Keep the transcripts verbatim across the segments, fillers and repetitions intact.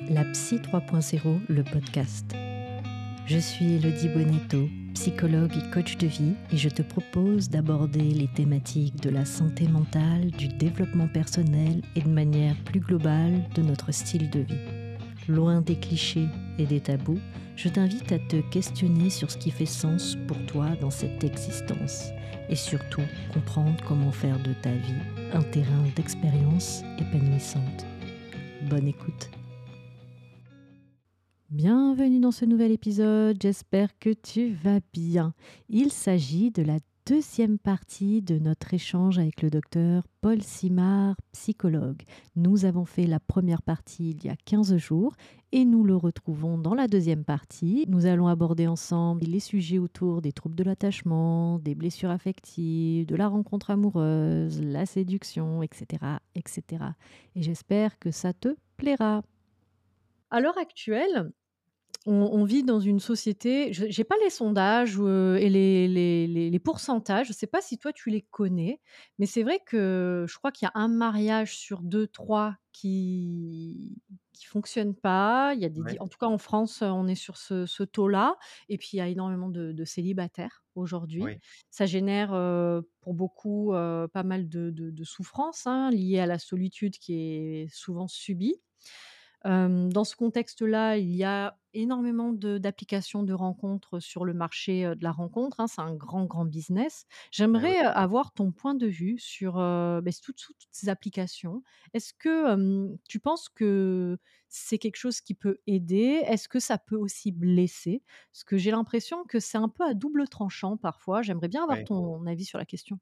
La Psy trois point zéro, le podcast. Je suis Elodie Bonetto, psychologue et coach de vie, et je te propose d'aborder les thématiques de la santé mentale, du développement personnel et de manière plus globale de notre style de vie. Loin des clichés et des tabous, je t'invite à te questionner sur ce qui fait sens pour toi dans cette existence et surtout comprendre comment faire de ta vie un terrain d'expérience épanouissante. Bonne écoute. Bienvenue dans ce nouvel épisode, j'espère que tu vas bien. Il s'agit de la deuxième partie de notre échange avec le docteur Paul Simard, psychologue. Nous avons fait la première partie il y a quinze jours et nous le retrouvons dans la deuxième partie. Nous allons aborder ensemble les sujets autour des troubles de l'attachement, des blessures affectives, de la rencontre amoureuse, la séduction, et cetera, et cetera. Et j'espère que ça te plaira. À l'heure actuelle, on, on vit dans une société, je n'ai pas les sondages euh, et les, les, les, les pourcentages, je ne sais pas si toi tu les connais, mais c'est vrai que je crois qu'il y a un mariage sur deux, trois qui qui fonctionne pas. Il y a des, di- Ouais, en tout cas en France, on est sur ce, ce taux-là, et puis il y a énormément de, de célibataires aujourd'hui. oui, Ça génère euh, pour beaucoup euh, pas mal de, de, de souffrances hein, liées à la solitude qui est souvent subie. Hem, dans ce contexte-là, il y a énormément de d'applications de rencontres sur le marché, heu, de la rencontre, hein. C'est un grand, grand business. ben oui. J'aimerais, heu, avoir ton point de vue sur, heu, beh, toutes toutes toutes ces applications. Est-ce que, hem, tu penses que c'est quelque chose qui peut aider? Est-ce que ça peut aussi blesser? Parce que j'ai l'impression que c'est un peu à double tranchant parfois. J'aimerais bien avoir Oui. ton avis sur la question.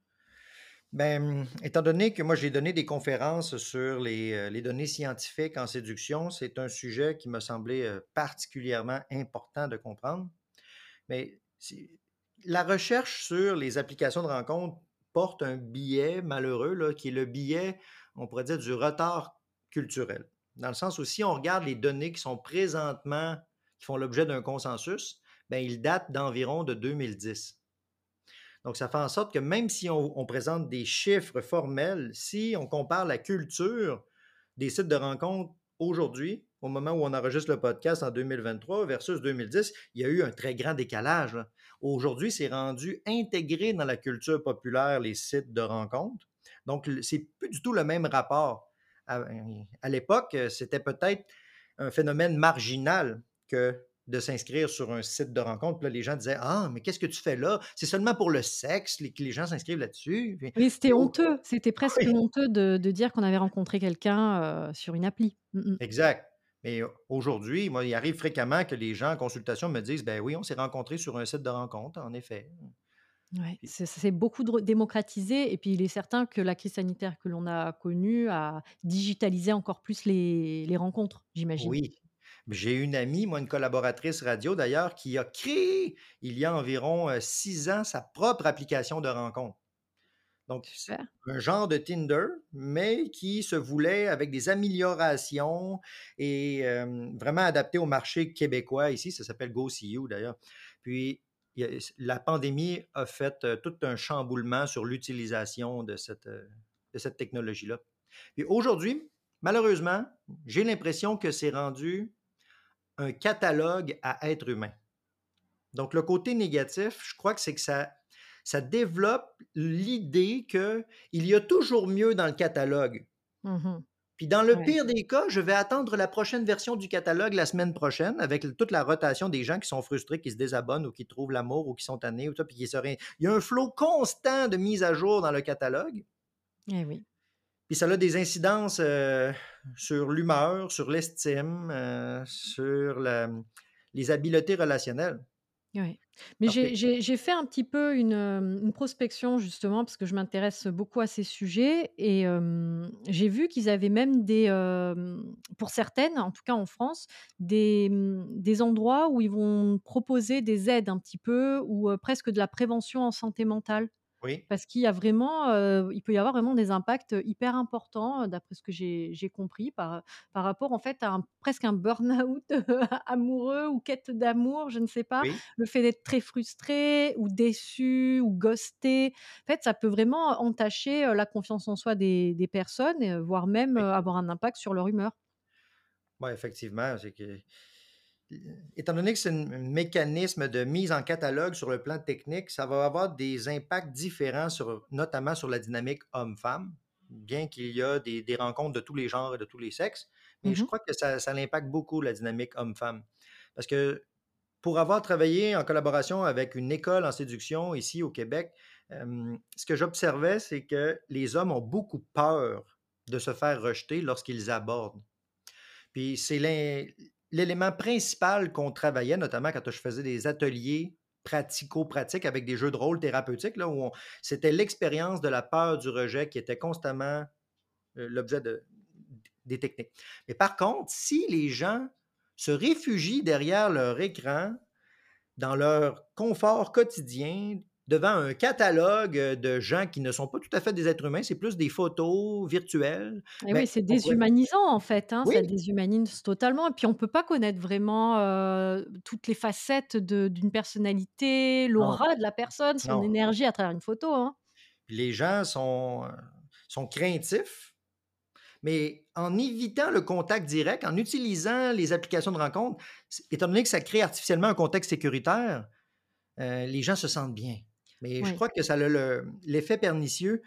Ben, mmh, étant donné que moi j'ai donné des conférences sur les, heu, les données scientifiques en séduction, c'est un sujet qui m'a semblé, heu, particulièrement important de comprendre. Mais c'est la recherche sur les applications de rencontres porte un biais malheureux là, qui est le biais, on pourrait dire, du retard culturel. Dans le sens où si on regarde les données qui sont présentement qui font l'objet d'un consensus, ben, ils datent d'environ de deux mille dix. Donc, ça fait en sorte que même si on, on présente des chiffres formels, si on compare la culture des sites de rencontres aujourd'hui, au moment où on enregistre le podcast en deux mille vingt-trois versus deux mille dix, il y a eu un très grand décalage. Là. Aujourd'hui, c'est rendu intégré dans la culture populaire, les sites de rencontres. Donc, c'est plus du tout le même rapport. À, à l'époque, c'était peut-être un phénomène marginal que de s'inscrire sur un site de rencontre. Puis là, les gens disaient Ah, mais qu'est-ce que tu fais là? C'est seulement pour le sexe que les gens s'inscrivent là-dessus. Puis, Oui, c'était puis au- honteux, c'était presque oui, honteux de de dire qu'on avait rencontré quelqu'un, heu, sur une appli. Mmh mh. exact. Mais aujourd'hui, moi, il arrive fréquemment que les gens en consultation me disent Ben oui, on s'est rencontrés sur un site de rencontre, en effet. Ouais, Puis, c'est c'est beaucoup dro démocratisé, et puis il est certain que la crise sanitaire que l'on a connue a digitalisé encore plus les les rencontres, j'imagine. oui. J'ai une amie, moi, une collaboratrice radio d'ailleurs, qui a créé, il y a environ euh, six ans, sa propre application de rencontre. Donc, c'est Super. un genre de Tinder, mais qui se voulait avec des améliorations et euh, vraiment adapté au marché québécois ici. Ça s'appelle Go See You d'ailleurs. Puis, il y a- la pandémie a fait euh, tout un chamboulement sur l'utilisation de cette, euh, de cette technologie-là. Puis aujourd'hui, malheureusement, j'ai l'impression que c'est rendu un catalogue à être humain. Donc, le côté négatif, je crois que c'est que ça, ça développe l'idée qu'il y a toujours mieux dans le catalogue. Mmh mh. Puis dans le Ouais. pire des cas, je vais attendre la prochaine version du catalogue la semaine prochaine avec toute la rotation des gens qui sont frustrés, qui se désabonnent ou qui trouvent l'amour ou qui sont tannés ou tout, puis qui se ré- Il y a un flot constant de mise à jour dans le catalogue. Eh oui. Puis ça a des incidences euh, sur l'humeur, sur l'estime, euh, sur la- les habiletés relationnelles. Ouais. Mais Parce que, j'ai j'ai j'ai fait un petit peu une, hem, une prospection justement parce que je m'intéresse beaucoup à ces sujets, et hem, j'ai vu qu'ils avaient même des, hem, pour certaines, en tout cas en France, des, mmh, des endroits où ils vont proposer des aides un petit peu, ou heu, presque de la prévention en santé mentale. oui, Parce qu'il y a vraiment, heu, il peut y avoir vraiment des impacts hyper importants, heu, d'après ce que j'ai j'ai compris par, par rapport en fait à un presque un burn-out amoureux ou quête d'amour, je ne sais pas. oui. Le fait d'être très frustré ou déçu ou ghosté, en fait, ça peut vraiment entacher, heu, la confiance en soi des des personnes, et heu, voire même, Oui. heu, avoir un impact sur leur humeur. Ouais, effectivement, c'est que étant donné que c'est un mécanisme de mise en catalogue sur le plan technique, ça va avoir des impacts différents sur notamment sur la dynamique homme-femme, bien qu'il y a des des rencontres de tous les genres et de tous les sexes, mais Mmh je mh. crois que ça ça l'impacte beaucoup la dynamique homme-femme. Parce que pour avoir travaillé en collaboration avec une école en séduction ici au Québec, hem, ce que j'observais, c'est que les hommes ont beaucoup peur de se faire rejeter lorsqu'ils abordent. Puis c'est l'é l'élément principal qu'on travaillait, notamment quand je faisais des ateliers pratico-pratiques avec des jeux de rôle thérapeutiques, là, où on c'était l'expérience de la peur du rejet qui était constamment, heu, l'objet de des techniques. Mais par contre, si les gens se réfugient derrière leur écran, dans leur confort quotidien, devant un catalogue, heu, de gens qui ne sont pas tout à fait des êtres humains, c'est plus des photos virtuelles, Et oui, ben, c'est on pourrait déshumanisant, en fait, hein, ça oui, déshumanise totalement et puis on peut pas connaître vraiment, heu, toutes les facettes de d'une personnalité, non, l'aura de la personne, son non. énergie à travers une photo, hein. Puis les gens sont, heu, sont craintifs, mais en évitant le contact direct, en utilisant les applications de rencontre, c étant donné que ça crée artificiellement un contexte sécuritaire, heu, les gens se sentent bien. Mais je Oui. crois que ça a le l'effet pernicieux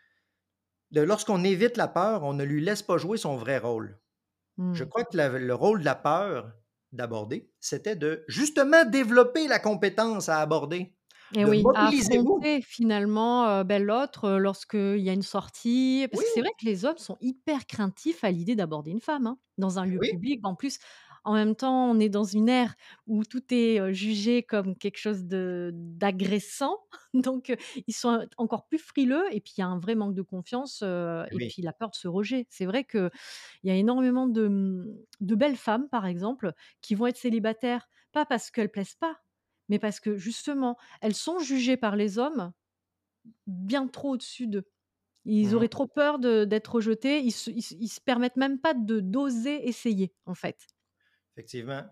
de lorsqu'on évite la peur, on ne lui laisse pas jouer son vrai rôle. Je Mmh. crois que la le rôle de la peur d'aborder, c'était de justement développer la compétence à aborder, Et de oui, à mobilisez-vous. affronter finalement, heu, beh, l'autre, heu, lorsqu'il y a une sortie. Parce Oui, que c'est vrai que les hommes sont hyper craintifs à l'idée d'aborder une femme, hein, dans un lieu oui, public. En plus, en même temps, on est dans une ère où tout est, heu, jugé comme quelque chose de d'agressant. Donc, heu, ils sont encore plus frileux et puis il y a un vrai manque de confiance, heu et oui. puis la peur de ce rejet. C'est vrai qu'il y a énormément de, mmh, de belles femmes, par exemple, qui vont être célibataires, pas parce qu'elles plaisent pas, mais parce que justement, elles sont jugées par les hommes bien trop au-dessus d'eux. Ils Mmh. auraient trop peur de d'être rejetés, ils se ils se ils se permettent même pas de d'oser essayer, en fait. Effectivement.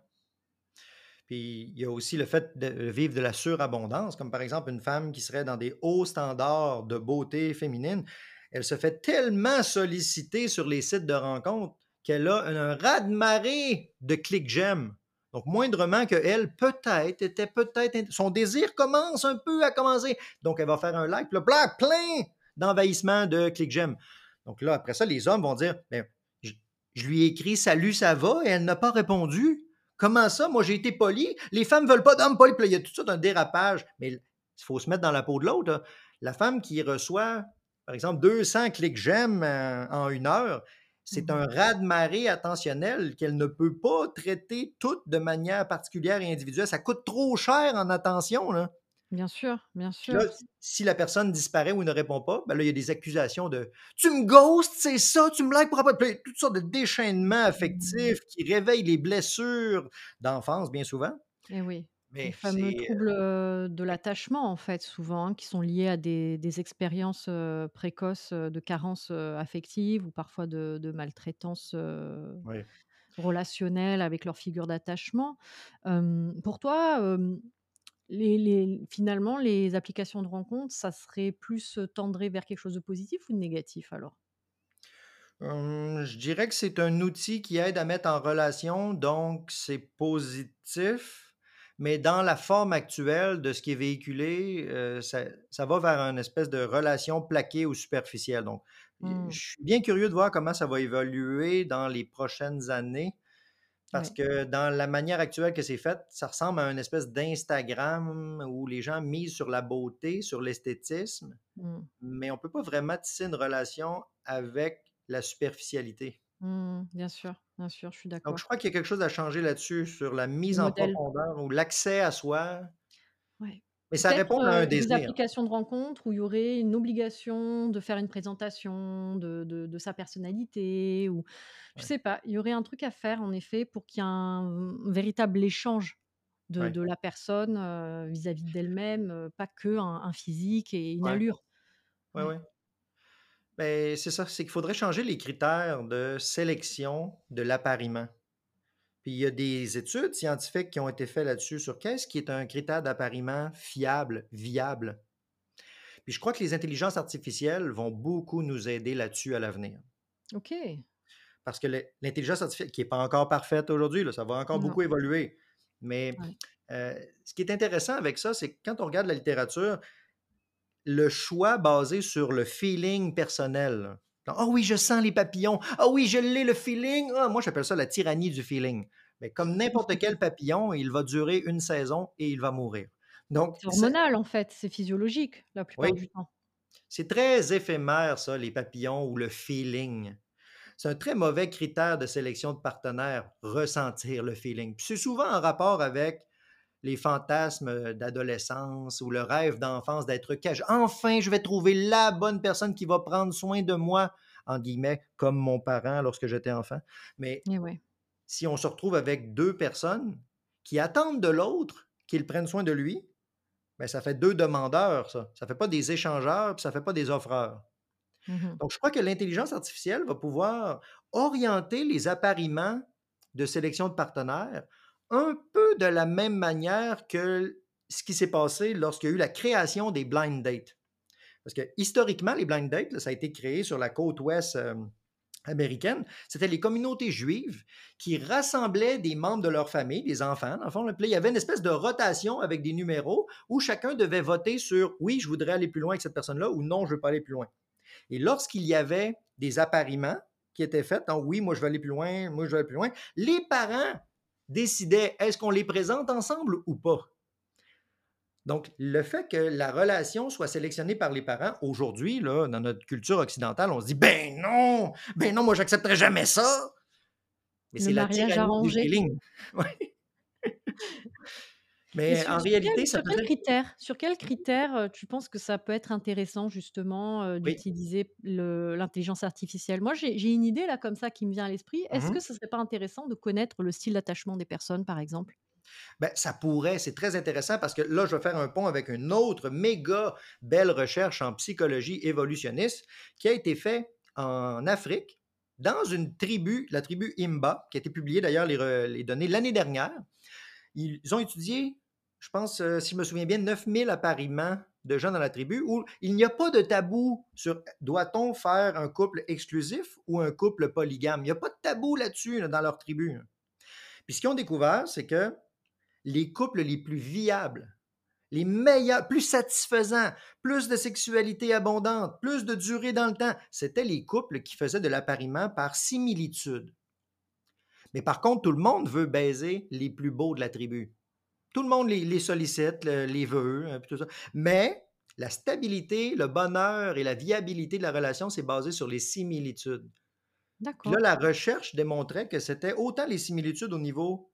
Puis il y a aussi le fait de vivre de la surabondance, comme par exemple une femme qui serait dans des hauts standards de beauté féminine. Elle se fait tellement solliciter sur les sites de rencontres qu'elle a un, un raz-de-marée de clics j'aime. Donc, moindrement que elle, peut-être, était peut-être. int- Son désir commence un peu à commencer. Donc, elle va faire un like, puis le black, plein d'envahissement de clics j'aime. Donc là, après ça, les hommes vont dire ben, je, je lui ai écrit salut, ça va, et elle n'a pas répondu. Comment ça? Moi, j'ai été poli. Les femmes veulent pas d'hommes polis. Puis là, il y a tout ça d'un dérapage. Mais il faut se mettre dans la peau de l'autre, là. La femme qui reçoit, par exemple, deux cents clics j'aime en, en une heure, c'est Mmh. un raz-de-marée attentionnel qu'elle ne peut pas traiter toutes de manière particulière et individuelle. Ça coûte trop cher en attention, là. Bien sûr, bien Puis là, sûr. si la personne disparaît ou ne répond pas, ben là, il y a des accusations de tu me ghostes, c'est ça, tu me likes pour après. Puis là, il y a toutes sortes de déchaînements Mmh. affectifs qui réveillent les blessures d'enfance, bien souvent. Et oui, les Mais fameux c'est. troubles, heu, de l'attachement, en fait, souvent, hein, qui sont liés à des des expériences, heu, précoces, heu, de carences, heu, affectives ou parfois de de maltraitance, heu, Oui. relationnelle avec leur figure d'attachement. Hem, pour toi, hem, les les finalement, les applications de rencontres, ça serait plus, heu, tendrait vers quelque chose de positif ou de négatif alors? Hum, je dirais que c'est un outil qui aide à mettre en relation, donc c'est positif, mais dans la forme actuelle de ce qui est véhiculé, euh, ça, ça va vers une espèce de relation plaquée ou superficielle. Donc, je Mmh, suis bien curieux de voir comment ça va évoluer dans les prochaines années, parce ouais. que dans la manière actuelle que c'est fait, ça ressemble à une espèce d'Instagram où les gens misent sur la beauté, sur l'esthétisme, Mmh. mais on ne peut pas vraiment tisser une relation avec la superficialité. Mmh, bien sûr, bien sûr, je suis Donc, je d'accord. crois qu'il y a quelque chose à changer là-dessus, sur la Le mise en modèle. profondeur ou l'accès à soi, Ouais. mais ça Peut-être, répond à un heu, des désir. applications de rencontres où il y aurait une obligation de faire une présentation de de de sa personnalité ou je Ouais, sais pas, il y aurait un truc à faire en effet pour qu'il y ait un, mmh, véritable échange de ouais, de la personne, heu, vis-à-vis d'elle-même, heu, pas qu'un un un physique et une ouais, allure. ouais, Ouais. ouais. Beh, c'est ça, c'est qu'il faudrait changer les critères de sélection de l'appariement. Puis il y a des études scientifiques qui ont été faites là-dessus sur qu'est-ce qui est un critère d'appariement fiable, viable. Puis je crois que les intelligences artificielles vont beaucoup nous aider là-dessus à l'avenir. OK. parce que le l'intelligence artificielle qui est pas encore parfaite aujourd'hui, là, ça va encore Non. beaucoup évoluer. Mais, Ouais. heu, ce qui est intéressant avec ça, c'est que quand on regarde la littérature, le choix basé sur le feeling personnel, là. «Ah oui, je sens les papillons. Ah oui, je l'ai le feeling. Ah!» Moi, j'appelle ça la tyrannie du feeling. Mais comme n'importe quel papillon, il va durer une saison et il va mourir. Donc C'est ça hormonal en fait, c'est physiologique la plupart oui, du temps. c'est très éphémère ça, les papillons ou le feeling. C'est un très mauvais critère de sélection de partenaires, ressentir le feeling. Puis c'est souvent en rapport avec les fantasmes d'adolescence ou le rêve d'enfance d'être cash. Enfin, je vais trouver la bonne personne qui va prendre soin de moi, en guillemets, comme mon parent lorsque j'étais enfant. Mais Et ouais. si on se retrouve avec deux personnes qui attendent de l'autre qu'il prenne soin de lui, ben ça fait deux demandeurs, ça. Ça fait pas des échangeurs, puis ça fait pas des offreurs. Mmh mh. Donc, je crois que l'intelligence artificielle va pouvoir orienter les appariements de sélection de partenaires un peu de la même manière que ce qui s'est passé lorsqu'il y a eu la création des blind dates. Parce que historiquement, les blind dates, là, ça a été créé sur la côte ouest euh, américaine. C'était les communautés juives qui rassemblaient des membres de leur famille, des enfants, dans le fond. Là. Puis là, il y avait une espèce de rotation avec des numéros où chacun devait voter sur oui, je voudrais aller plus loin avec cette personne-là ou non, je ne veux pas aller plus loin. Et lorsqu'il y avait des appariements qui étaient faits, donc oui, moi je vais aller plus loin, moi je vais aller plus loin, les parents décidaient est-ce qu'on les présente ensemble ou pas. Donc, le fait que la relation soit sélectionnée par les parents, aujourd'hui, là, dans notre culture occidentale, on se dit ben non, ben non, moi j'accepterais jamais ça. Mais Le c'est la mariage tyrannie du arrangé. feeling. Ouais. Et Mais sur en sur quel réalité, ça sur quels faisait. critères sur quels critères, heu, tu penses que ça peut être intéressant justement, heu, Oui. d'utiliser le l'intelligence artificielle? Moi, j'ai j'ai une idée là comme ça qui me vient à l'esprit. Est-ce que Mhm. ce serait pas intéressant de connaître le style d'attachement des personnes, par exemple? Ben, ça pourrait, c'est très intéressant parce que là, je vais faire un pont avec une autre méga belle recherche en psychologie évolutionniste qui a été faite en Afrique, dans une tribu, la tribu Imba, qui a été publiée d'ailleurs les, re- les données l'année dernière. Ils ont étudié, je pense, euh, si je me souviens bien, neuf mille appariements de gens dans la tribu où il n'y a pas de tabou sur doit-on faire un couple exclusif ou un couple polygame. Il n'y a pas de tabou là-dessus là, dans leur tribu. Puis ce qu'ils ont découvert, c'est que les couples les plus viables, les meilleurs, plus satisfaisants, plus de sexualité abondante, plus de durée dans le temps, c'était les couples qui faisaient de l'appariement par similitude. Mais par contre, tout le monde veut baiser les plus beaux de la tribu. Tout le monde les, les sollicite, le- les veut, euh, puis tout ça. Mais la stabilité, le bonheur et la viabilité de la relation, c'est basé sur les similitudes. Puis là, D'accord. la recherche démontrait que c'était autant les similitudes au niveau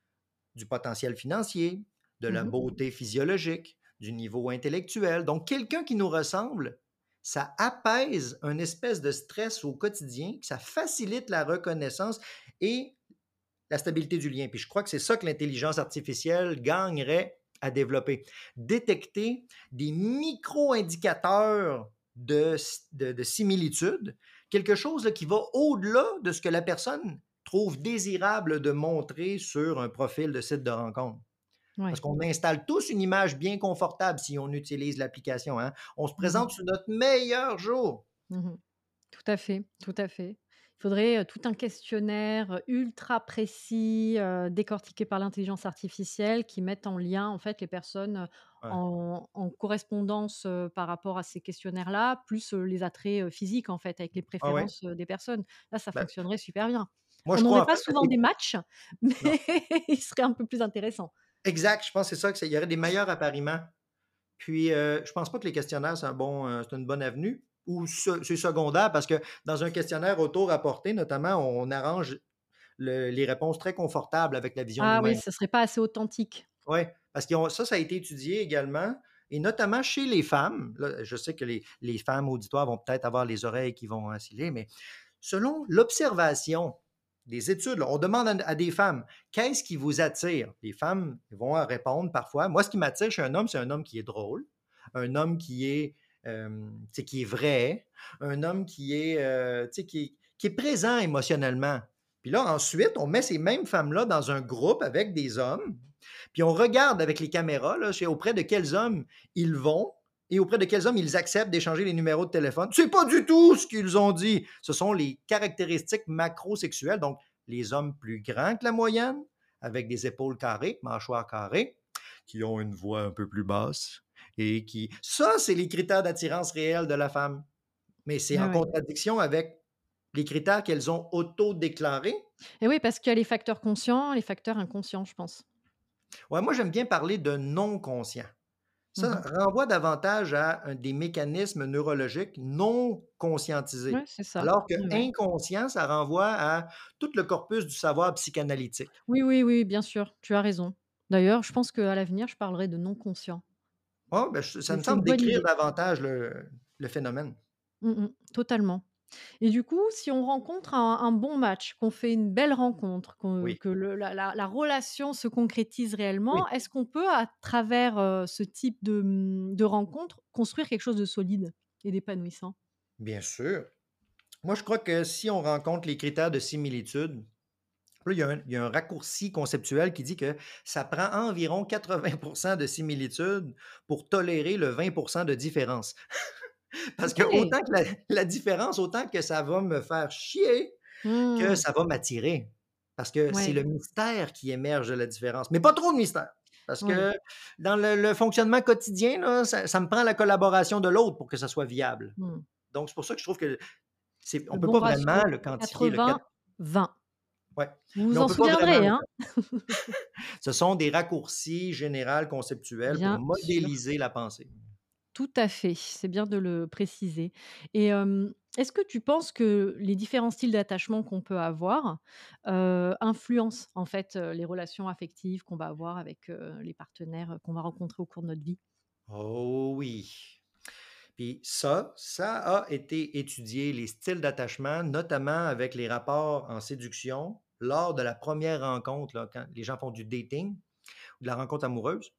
du potentiel financier, de la Mmh. beauté physiologique, du niveau intellectuel. Donc, quelqu'un qui nous ressemble, ça apaise un espèce de stress au quotidien, ça facilite la reconnaissance et la stabilité du lien. Puis je crois que c'est ça que l'intelligence artificielle gagnerait à développer. Détecter des micro-indicateurs de, de, de similitude, quelque chose là, qui va au-delà de ce que la personne trouve désirable de montrer sur un profil de site de rencontre. Parce Ouais. qu'on installe tous une image bien confortable si on utilise l'application. Hein? On se Mmh. présente sur notre meilleur jour. Mmh. Tout à fait, tout à fait. Il faudrait, heu, tout un questionnaire, heu, ultra précis, heu, décortiqué par l'intelligence artificielle qui mette en lien, en fait, les personnes, heu, Ouais. en en correspondance, heu, par rapport à ces questionnaires-là, plus, heu, les attraits, heu, physiques, en fait, avec les Ah ouais. préférences, heu, des personnes. Là, ça Ben, fonctionnerait super bien. moi, On je crois n'aurait en pas fait que souvent c'est. des matchs, mais Non. il serait un peu plus intéressant. Exact, je pense que c'est ça, que c'est il y aurait des meilleurs appariements. Puis, euh, je pense pas que les questionnaires, c'est un bon, euh, c'est une bonne avenue. Ou se- c'est secondaire parce que dans un questionnaire auto-rapporté, notamment, on arrange le- les réponses très confortables avec la vision de Ah oui, nous-mêmes. ce serait pas assez authentique. Oui, parce que ça, ça a été étudié également, et notamment chez les femmes. Là, je sais que les, les femmes auditoires vont peut-être avoir les oreilles qui vont osciller, mais selon l'observation des études, là, on demande à, à des femmes, qu'est-ce qui vous attire? Les femmes vont répondre parfois. Moi, ce qui m'attire chez un homme, c'est un homme qui est drôle, un homme qui est, euh, tu sais, qui est vrai, un homme qui est, euh, tu sais, qui, qui est présent émotionnellement. Puis là, ensuite, on met ces mêmes femmes-là dans un groupe avec des hommes, puis on regarde avec les caméras là, chez, auprès de quels hommes ils vont, et auprès de quels hommes ils acceptent d'échanger les numéros de téléphone. C'est pas du tout ce qu'ils ont dit. Ce sont les caractéristiques macrosexuelles, donc les hommes plus grands que la moyenne, avec des épaules carrées, mâchoires carrées, qui ont une voix un peu plus basse et qui... Ça, c'est les critères d'attirance réelle de la femme. Mais c'est Ouais, en ouais. contradiction avec les critères qu'elles ont auto-déclarés. Et oui, parce qu'il y a les facteurs conscients, les facteurs inconscients, je pense. Ouais, moi, j'aime bien parler de non conscient. Ça Mmh. renvoie davantage à un des mécanismes neurologiques non Ouais, conscientisés, c'est ça. alors que Ouais, ouais. inconscient, ça renvoie à tout le corpus du savoir psychanalytique. Oui, oui, oui, bien sûr, tu as raison. D'ailleurs, je pense qu'à l'avenir, je parlerai de non conscient. Oh, ben, je- ça C'est me c'est une semble bonne décrire idée. davantage le, le phénomène. Mmh mh, totalement. Et du coup, si on rencontre un un bon match, qu'on fait une belle rencontre, qu'on Oui, que le la la la relation se concrétise oui, réellement, est-ce qu'on peut à travers, heu, ce type de, mmh, de rencontre, construire quelque chose de solide et d'épanouissant? bien sûr. Moi, je crois que si on rencontre les critères de similitude, là, il y a un, il y a un raccourci conceptuel qui dit que ça prend environ quatre-vingts pour cent de similitude pour tolérer le vingt pour cent de différence. Parce que OK. autant que la, la différence, autant que ça va me faire chier, que Mmh. ça va m'attirer. Parce que c'est Ouais, le mystère qui émerge de la différence, mais pas trop de mystère. Parce oui. que dans le, le fonctionnement quotidien, là, ça, ça me prend la collaboration de l'autre pour que ça soit viable. Mmh. Donc, c'est pour ça que je trouve que c'est, on Le ne peut bon pas vraiment ratio le quantifier. Le quatre, quatre-vingts vingt. ouais. Vous Mais vous on en ne peut pas vraiment souviendrez, le hein? quantifier. Ce sont des raccourcis généraux conceptuels pour Bien sûr. modéliser la pensée. Tout à fait, c'est bien de le préciser. Et hem, est-ce que tu penses que les différents styles d'attachement qu'on peut avoir, heu, influencent en fait, heu, les relations affectives qu'on va avoir avec, heu, les partenaires, heu, qu'on va rencontrer au cours de notre vie? Oh oui. Puis ça, ça a été étudié, les styles d'attachement, notamment avec les rapports en séduction lors de la première rencontre, là, quand les gens font du dating ou de la rencontre amoureuse.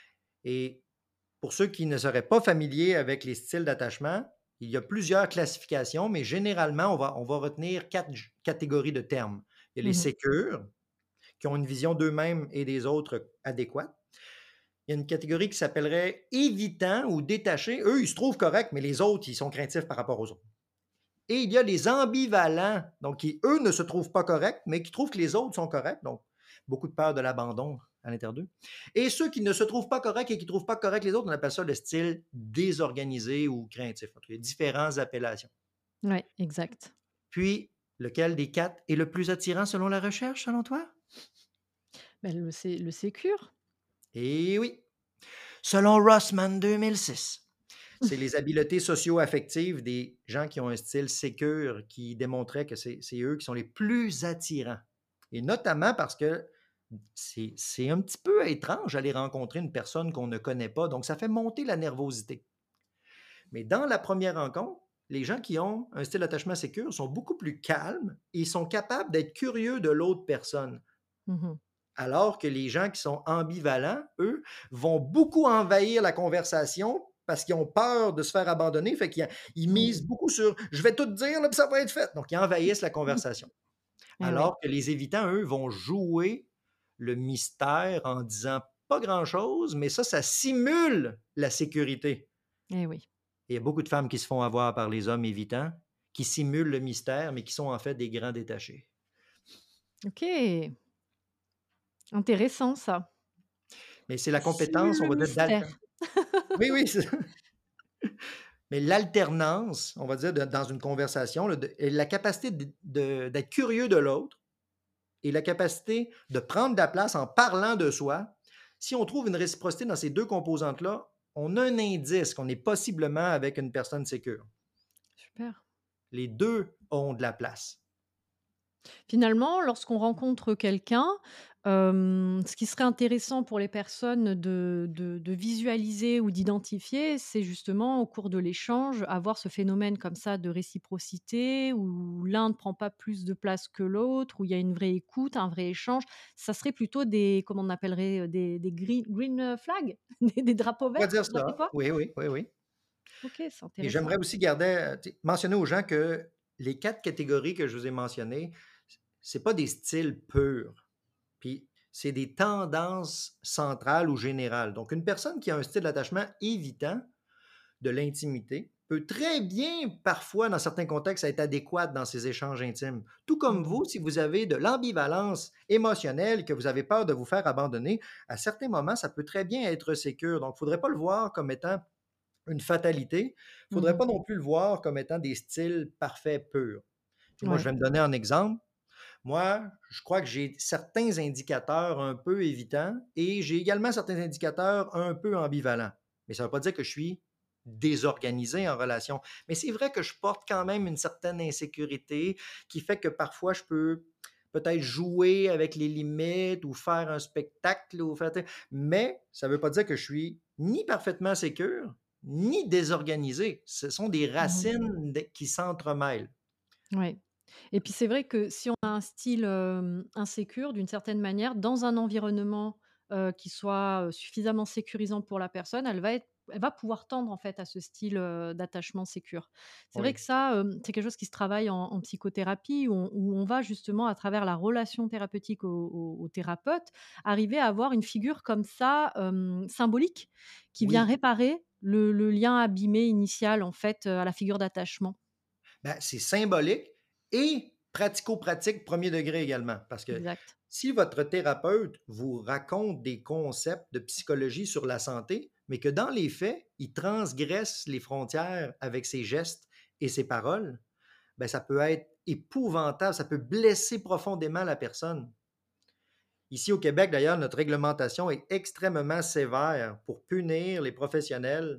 Et pour ceux qui ne seraient pas familiers avec les styles d'attachement, il y a plusieurs classifications, mais généralement, on va, on va retenir quatre j- catégories de termes. Il y a les Mmh. sécures, qui ont une vision d'eux-mêmes et des autres adéquate. Il y a une catégorie qui s'appellerait évitants ou détachés. Eux, ils se trouvent corrects, mais les autres, ils sont craintifs par rapport aux autres. Et il y a les ambivalents, donc qui, eux, ne se trouvent pas corrects, mais qui trouvent que les autres sont corrects. Donc, beaucoup de peur de l'abandon à l'intérieur d'eux. Et ceux qui ne se trouvent pas corrects et qui ne trouvent pas corrects les autres, on appelle ça le style désorganisé ou craintif. Donc, il y a différentes appellations. Ouais, exact. Puis, lequel des quatre est le plus attirant selon la recherche, selon toi? Bah, le sé le sécure. Eh oui, selon Rossman deux mille six. C'est les habiletés socio-affectives des gens qui ont un style sécure qui démontraient que c'est c'est eux qui sont les plus attirants. Et notamment parce que c'est c'est un petit peu étrange d'aller rencontrer une personne qu'on ne connaît pas, donc ça fait monter la nervosité. Mais dans la première rencontre, les gens qui ont un style d'attachement sécure sont beaucoup plus calmes et sont capables d'être curieux de l'autre personne. Mmh. Alors que les gens qui sont ambivalents, eux, vont beaucoup envahir la conversation parce qu'ils ont peur de se faire abandonner. Fait qu'ils ils misent Mmh. beaucoup sur je vais tout dire, là, puis ça va être fait. Donc, ils envahissent la conversation. Eh oui, Alors que les évitants, eux, vont jouer le mystère en disant pas grand-chose, mais ça, ça simule la sécurité. eh oui. Et il y a beaucoup de femmes qui se font avoir par les hommes évitants, qui simulent le mystère, mais qui sont en fait des grands détachés. OK, intéressant ça. Mais c'est la Simule compétence, on le va dire, mystère. d'alter. Oui, oui, c'est ça. Mais l'alternance, on va dire, de- dans une conversation, là, de- et la capacité de- de- d'être curieux de l'autre et la capacité de prendre de la place en parlant de soi, si on trouve une réciprocité dans ces deux composantes-là, on a un indice qu'on est possiblement avec une personne sécure. Super. Les deux ont de la place. Finalement, lorsqu'on rencontre quelqu'un, hem, ce qui serait intéressant pour les personnes de de de visualiser ou d'identifier, c'est justement au cours de l'échange, avoir ce phénomène comme ça de réciprocité où l'un ne prend pas plus de place que l'autre, où il y a une vraie écoute, un vrai échange. Ça serait plutôt des comment on appellerait, heu, des des green green flags? Des des drapeaux On va verts, dire d'après ça. toi? Oui, oui, oui, oui. OK, c'est Et intéressant. j'aimerais aussi garder, euh, tu sais, mentionner aux gens que les quatre catégories que je vous ai mentionnées, c'est pas des styles purs. Puis c'est des tendances centrales ou générales. Donc, une personne qui a un style d'attachement évitant de l'intimité peut très bien, parfois, dans certains contextes, être adéquate dans ces échanges intimes. Tout comme Mmh. vous, si vous avez de l'ambivalence émotionnelle, que vous avez peur de vous faire abandonner, à certains moments, ça peut très bien être sécure. Donc, il ne faudrait pas le voir comme étant une fatalité. Il ne faudrait Mmh. pas non plus le voir comme étant des styles parfaits purs. Puis moi, je Ouais. vais me donner un exemple. Moi, je crois que j'ai certains indicateurs un peu évitants et j'ai également certains indicateurs un peu ambivalents. Mais ça ne veut pas dire que je suis désorganisé en relation. Mais c'est vrai que je porte quand même une certaine insécurité qui fait que parfois je peux peut-être jouer avec les limites ou faire un spectacle ou faire... Mais ça ne veut pas dire que je suis ni parfaitement sécure, ni désorganisé. Ce sont des Mmh. racines de- qui s'entremêlent. Ouais, et puis c'est vrai que si on a un style, hem, insécure d'une certaine manière, dans un environnement, heu, qui soit, heu, suffisamment sécurisant pour la personne, elle va être elle va pouvoir tendre en fait à ce style, heu, d'attachement sécure. C'est vrai que Oui, ça, hem, c'est quelque chose qui se travaille en en psychothérapie où on où on va justement à travers la relation thérapeutique au au au thérapeute, arriver à avoir une figure comme ça, hem, symbolique, qui vient oui. réparer le le lien abîmé initial en fait, heu, à la figure d'attachement. Ben, c'est symbolique et pratico-pratique premier degré également. Parce que Exact. si votre thérapeute vous raconte des concepts de psychologie sur la santé, mais que dans les faits, il transgresse les frontières avec ses gestes et ses paroles, ben, ça peut être épouvantable, ça peut blesser profondément la personne. Ici au Québec, d'ailleurs, notre réglementation est extrêmement sévère pour punir les professionnels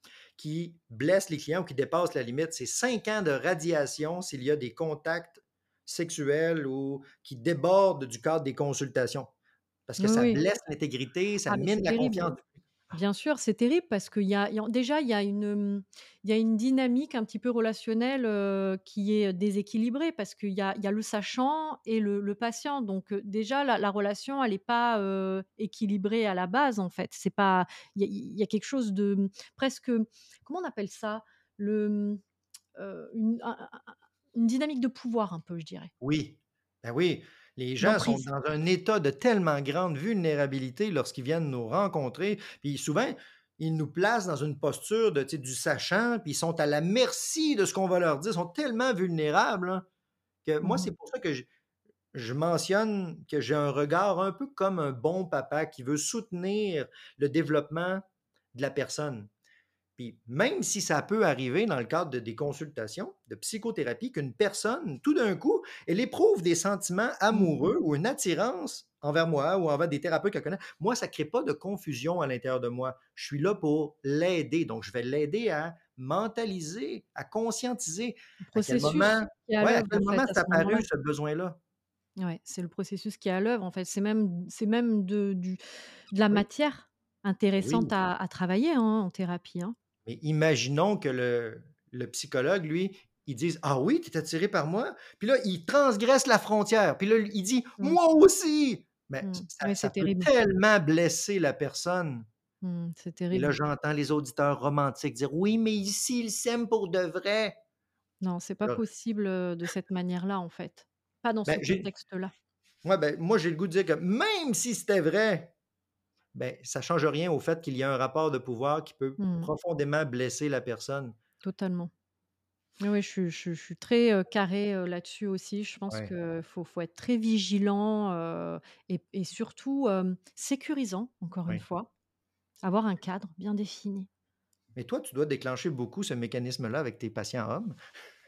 qui blessent les clients ou qui dépassent la limite. C'est cinq ans de radiation s'il y a des contacts sexuels ou qui débordent du cadre des consultations. Parce que Oui, ça oui. blesse l'intégrité, ça Ah mais mine c'est la terrible. confiance. Bien sûr, c'est terrible parce qu'il y a il y a déjà il y a une, hem, il y a une dynamique un petit peu relationnelle, heu, qui est déséquilibrée parce qu'il y a il y a le sachant et le le patient donc heu, déjà la la relation elle est pas, heu, équilibrée à la base en fait. C'est pas il y a il y a quelque chose de, mmh, presque, comment on appelle ça? Le, mmh, heu, une un un un une dynamique de pouvoir un peu, je dirais. Oui, ben oui, les gens sont D'emprise. dans un état de tellement grande vulnérabilité lorsqu'ils viennent nous rencontrer. Puis souvent, ils nous placent dans une posture de, tu sais, du sachant, puis ils sont à la merci de ce qu'on va leur dire. Ils sont tellement vulnérables, hein, que moi, Mmh. c'est pour ça que je, Je mentionne que j'ai un regard un peu comme un bon papa qui veut soutenir le développement de la personne. Puis même si ça peut arriver dans le cadre de des consultations de psychothérapie qu'une personne, tout d'un coup, elle éprouve des sentiments Mmh. amoureux ou une attirance envers moi ou envers des thérapeutes qu'elle connaît, moi, ça ne crée pas de confusion à l'intérieur de moi. Je suis là pour l'aider. Donc, je vais l'aider à mentaliser, à conscientiser. Le À quel moment, processus qui est à ouais, à l'œuvre quel en fait moment à c'est ce moment-là. apparu ce besoin-là? Ouais, c'est le processus qui est à l'œuvre, en fait. C'est même c'est même de du de la Oui, matière oui. intéressante à à travailler, hein, en thérapie, hein. Mais imaginons que le le psychologue, lui, il dise: «Ah oui, tu es attiré par moi?» Puis là, il transgresse la frontière. Puis là, il dit: Mmh, «Moi aussi!» Mais mmh. ça Oui, ça c'est peut terrible. tellement blesser la personne. Mmh, c'est Et là, terrible. j'entends les auditeurs romantiques dire: «Oui, mais ici, il s'aime pour de vrai». Non, c'est pas Là, possible, heu, de cette manière-là, en fait. Pas dans ce ben, j'ai contexte-là. ouais, ben, moi, j'ai le goût de dire que même si c'était vrai, ben, ça change rien au fait qu'il y a un rapport de pouvoir qui peut Mmh, profondément blesser la personne. totalement. Oui, oui, je suis je suis je suis très, heu, carrée, heu, là-dessus aussi. Je pense Ouais, que faut faut être très vigilant, heu et et surtout, hem, sécurisant, encore une oui. fois. Avoir un cadre bien défini. Mais toi, tu dois déclencher beaucoup ce mécanisme-là avec tes patients hommes?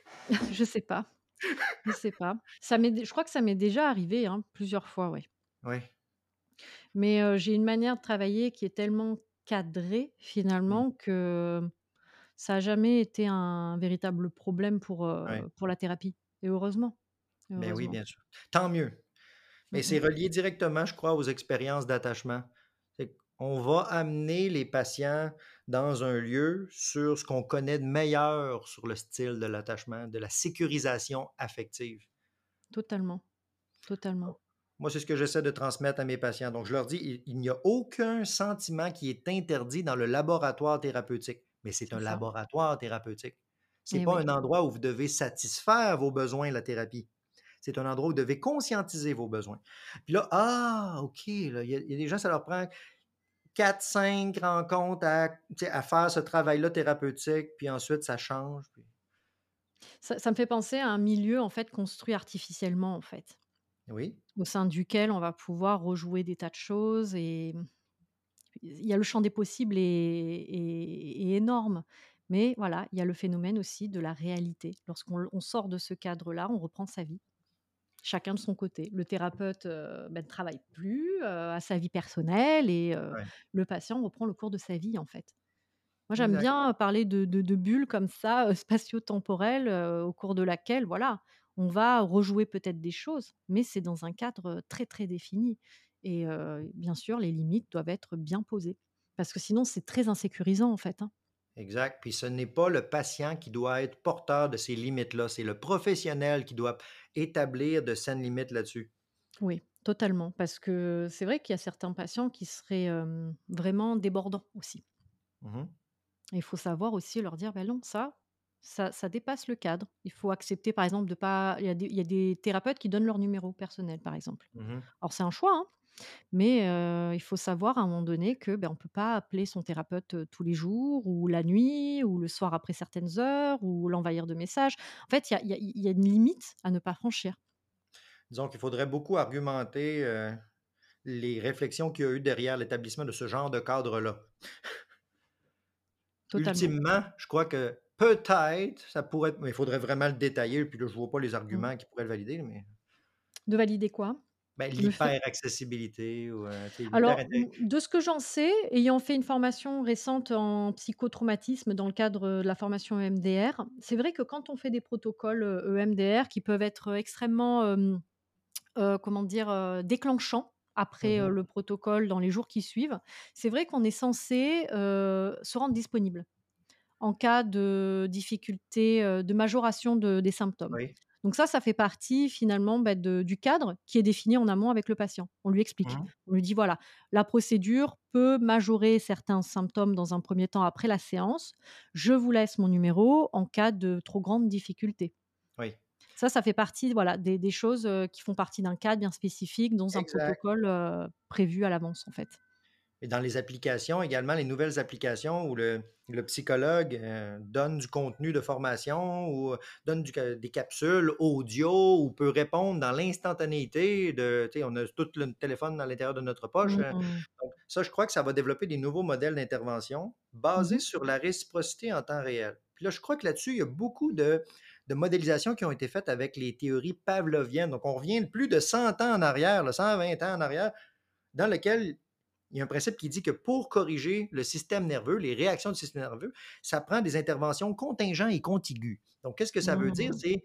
Je sais pas. Je sais pas. Ça m'est dé je crois que ça m'est déjà arrivé, hein, plusieurs fois, oui. Oui. Mais, heu, j'ai une manière de travailler qui est tellement cadrée Mmh. finalement que ça a jamais été un véritable problème pour, Ouais. heu, pour la thérapie et heureusement, et Ben oui, heureusement. bien sûr. Tant mieux. Mais Mmh c'est mh. relié directement, je crois, aux expériences d'attachement. C'est qu'on va amener les patients dans un lieu sur ce qu'on connaît de meilleur sur le style de l'attachement, de la sécurisation affective. Totalement, totalement. Moi, c'est ce que j'essaie de transmettre à mes patients. Donc, je leur dis, il, il n'y a aucun sentiment qui est interdit dans le laboratoire thérapeutique, mais c'est C'est un ça. laboratoire thérapeutique. C'est Et pas oui. un endroit où vous devez satisfaire vos besoins, la thérapie. C'est un endroit où vous devez conscientiser vos besoins. Puis là, ah, OK, là, il y a, il y a des gens, ça leur prend quatre cinq rencontres à, tu sais, à faire ce travail-là thérapeutique, puis ensuite ça change, puis Ça ça me fait penser à un milieu, en fait, construit artificiellement, en fait, oui, au sein duquel on va pouvoir rejouer des tas de choses et mmh, il y a le champ des possibles est est est énorme. Mais voilà, il y a le phénomène aussi de la réalité. Lorsqu'on on sort de ce cadre-là, on reprend sa vie, chacun de son côté. Le thérapeute, heu, bah, ne travaille plus, heu, a sa vie personnelle et heu, ouais, le patient reprend le cours de sa vie, en fait. Moi, j'aime exact, bien parler de de de bulles comme ça, heu, spatio-temporelles, heu, au cours de laquelle, voilà, on va rejouer peut-être des choses, mais c'est dans un cadre, très, très défini et heu, bien sûr, les limites doivent être bien posées parce que sinon c'est très insécurisant, en fait, hein. exact. Puis ce n'est pas le patient qui doit être porteur de ces limites-là, c'est le professionnel qui doit établir de saines limites là-dessus. Oui, totalement, parce que c'est vrai qu'il y a certains patients qui seraient, hem, vraiment débordants aussi. Mmh. Et il faut savoir aussi leur dire: «Bah, non, ça, ça ça dépasse le cadre». Il faut accepter, par exemple, de pas il y a des il y a des thérapeutes qui donnent leur numéro personnel, par exemple. Mmh. Alors c'est un choix, hein, mais heu, il faut savoir à un moment donné que, ben, on peut pas appeler son thérapeute, heu, tous les jours ou la nuit ou le soir après certaines heures ou l'envahir de messages. En fait, il y a il y a il y a une limite à ne pas franchir. Disons qu'il faudrait beaucoup argumenter, heu, les réflexions qu'il y a eu derrière l'établissement de ce genre de cadre-là. Totalement. Ultimement, je crois que peut-être ça pourrait être mais il faudrait vraiment le détailler, puis là, je vois pas les Mmh. arguments qui pourraient le valider, mais De valider quoi? ben, Le fait l'hyperaccessibilité ou, heu, tu sais, Alors, l'hyper mmh, de ce que j'en sais, ayant fait une formation récente en psychotraumatisme dans le cadre, de la formation E M D R, c'est vrai que quand on fait des protocoles, heu, E M D R qui peuvent être extrêmement, hem, heu, comment dire? Heu, déclenchants après, heu, mmh. le protocole dans les jours qui suivent, c'est vrai qu'on est censé, heu, se rendre disponible en cas de difficulté, heu, de majoration de des symptômes. Oui. Donc ça, ça fait partie finalement, bah, de du cadre qui est défini en amont avec le patient. On lui explique. Mmh. On lui dit: «Voilà, la procédure peut majorer certains symptômes dans un premier temps après la séance. Je vous laisse mon numéro en cas de trop grande difficulté». Oui. Ça, ça fait partie, voilà, des des choses, heu, qui font partie d'un cadre bien spécifique dans un Exact. protocole, heu, prévu à l'avance, en fait. Et dans les applications également, les nouvelles applications où le le psychologue, heu, donne du contenu de formation ou, heu, donne du ca des capsules audio ou peut répondre dans l'instantanéité de tu sais, on a tout le téléphone à l'intérieur de notre poche, heu, Mmh. donc ça, je crois que ça va développer des nouveaux modèles d'intervention Mmh basés mh. sur la réciprocité en temps réel. Puis là, je crois que là-dessus, il y a beaucoup de de modélisations qui ont été faites avec les théories pavloviennes. Donc on revient de plus de cent ans en arrière, là, cent vingt ans en arrière, dans lequel il y a un principe qui dit que pour corriger le système nerveux, les réactions du système nerveux, ça prend des interventions contingentes et contiguës. Donc, qu'est-ce que ça veut dire? Mmh. C'est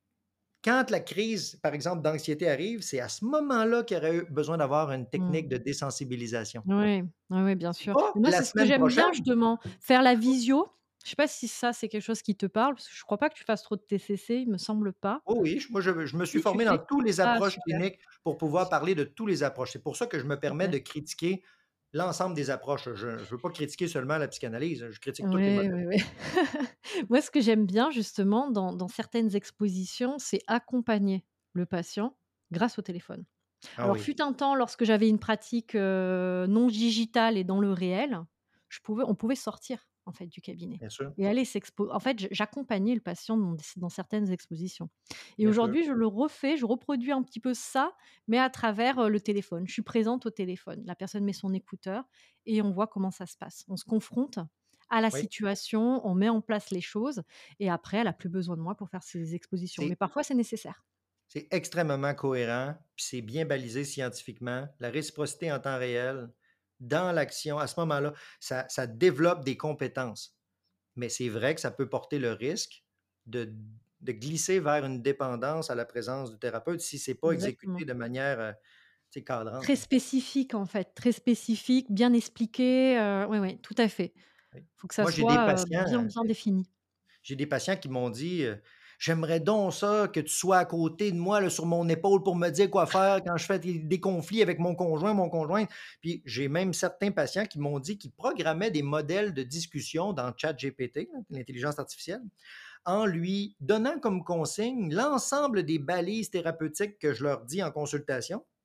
quand la crise, par exemple, d'anxiété arrive, c'est à ce moment-là qu'il y aurait eu besoin d'avoir une technique Mmh. de désensibilisation. Oui, oui, oui, bien C'est sûr. pas Mais moi, la c'est ce que semaine j'aime prochaine. bien justement, faire la visio. Je sais pas si ça, c'est quelque chose qui te parle? Parce que je crois pas que tu fasses trop de T C C, il me semble pas. Oh oui, je- moi, je, je me suis Oui, tu formé dans fais? toutes les Ah approches super, cliniques pour pouvoir parler de toutes les approches. C'est pour ça que je me permets super. de critiquer l'ensemble des approches. Je ne veux pas critiquer seulement la psychanalyse, je critique toutes les Oui, modèles. oui, oui. Moi, ce que j'aime bien justement dans dans certaines expositions, c'est accompagner le patient grâce au téléphone. Ah Alors oui, fut un temps lorsque j'avais une pratique, heu, non digitale et dans le réel, je pouvais on pouvait sortir en fait du cabinet bien sûr, et aller s'expo en fait, j j'accompagnais le patient dans dans certaines expositions et bien sûr. aujourd'hui je le refais, je reproduis un petit peu ça, mais à travers, heu, le téléphone. Je suis présente au téléphone. La personne met son écouteur et on voit comment ça se passe. On se confronte à la Oui, situation, on met en place les choses et après elle a plus besoin de moi pour faire ses expositions, mais c'est parfois c'est nécessaire. C'est extrêmement cohérent, puis c'est bien balisé scientifiquement. La réciprocité en temps réel, dans l'action, à ce moment-là, ça, ça développe des compétences. Mais c'est vrai que ça peut porter le risque de, de glisser vers une dépendance à la présence du thérapeute si c'est pas exécuté Exactement. de manière euh, tu sais, Très cadrante, là. spécifique, en fait, très spécifique, bien expliqué, heu, oui, oui, tout à fait. Oui. Faut que ça Moi, j'ai des soit, heu, patients, bien, euh, bien défini. j'ai des patients qui m'ont dit, heu: «J'aimerais donc ça que tu sois à côté de moi, là, sur mon épaule pour me dire quoi faire quand je fais des des conflits avec mon conjoint, mon conjointe». Puis j'ai même certains patients qui m'ont dit qu'ils programmaient des modèles de discussion dans ChatGPT, là, l'intelligence artificielle, en lui donnant comme consigne l'ensemble des balises thérapeutiques que je leur dis en consultation.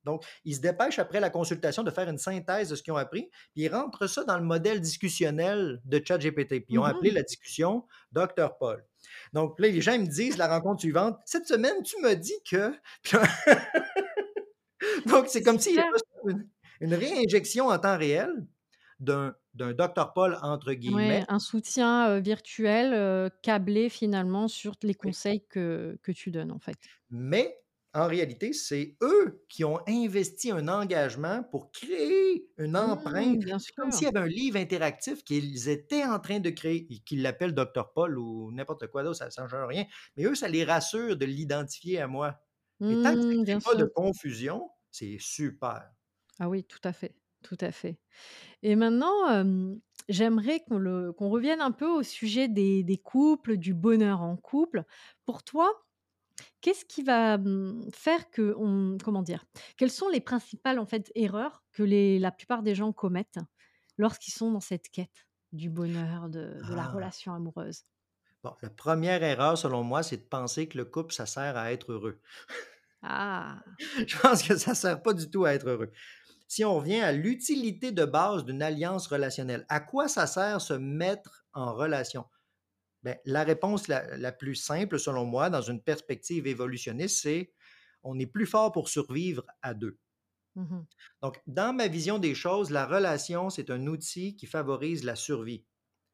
Donc, ils se dépêchent après la consultation de faire une synthèse de ce qu'ils ont appris, puis ils rentrent ça dans le modèle discutionnel de ChatGPT. Puis ils ont appelé Mmh. la discussion docteur Paul. Donc, là, les gens ils me disent la rencontre suivante: «Cette semaine, tu m'as dit que» Puis là, donc c'est C'est comme s'ils super. reçoivent une une réinjection en temps réel d'un d'un docteur Paul entre guillemets. Ouais, un soutien, heu, virtuel, heu, câblé finalement sur les Oui. conseils que que tu donnes, en fait. Mais en réalité, c'est eux qui ont investi un engagement pour créer une empreinte. Mmh, bien C'est comme sûr. s'il y avait un livre interactif qu'ils étaient en train de créer, et qu'ils l'appellent docteur Paul ou n'importe quoi d'autre, ça ne change rien. Mais eux, ça les rassure de l'identifier à moi. Et tant que ça Mmh, crée bien pas de sûr. confusion, c'est super. Ah oui, tout à fait, tout à fait. Et maintenant, hem, j'aimerais qu'on le qu'on revienne un peu au sujet des des couples, du bonheur en couple. Pour toi, qu'est-ce qui va, mmh, faire qu'on comment dire? Quelles sont les principales, en fait, erreurs que les la plupart des gens commettent lorsqu'ils sont dans cette quête du bonheur, de de la Ah! relation amoureuse? Bon, la première erreur selon moi, c'est de penser que le couple, ça sert à être heureux. Ah! Je pense que ça sert pas du tout à être heureux. Si on revient à l'utilité de base d'une alliance relationnelle, à quoi ça sert se mettre en relation? Ben, la réponse la, la plus simple, selon moi, dans une perspective évolutionniste, c'est on est plus fort pour survivre à deux. Mmh. Donc, dans ma vision des choses, la relation, c'est un outil qui favorise la survie.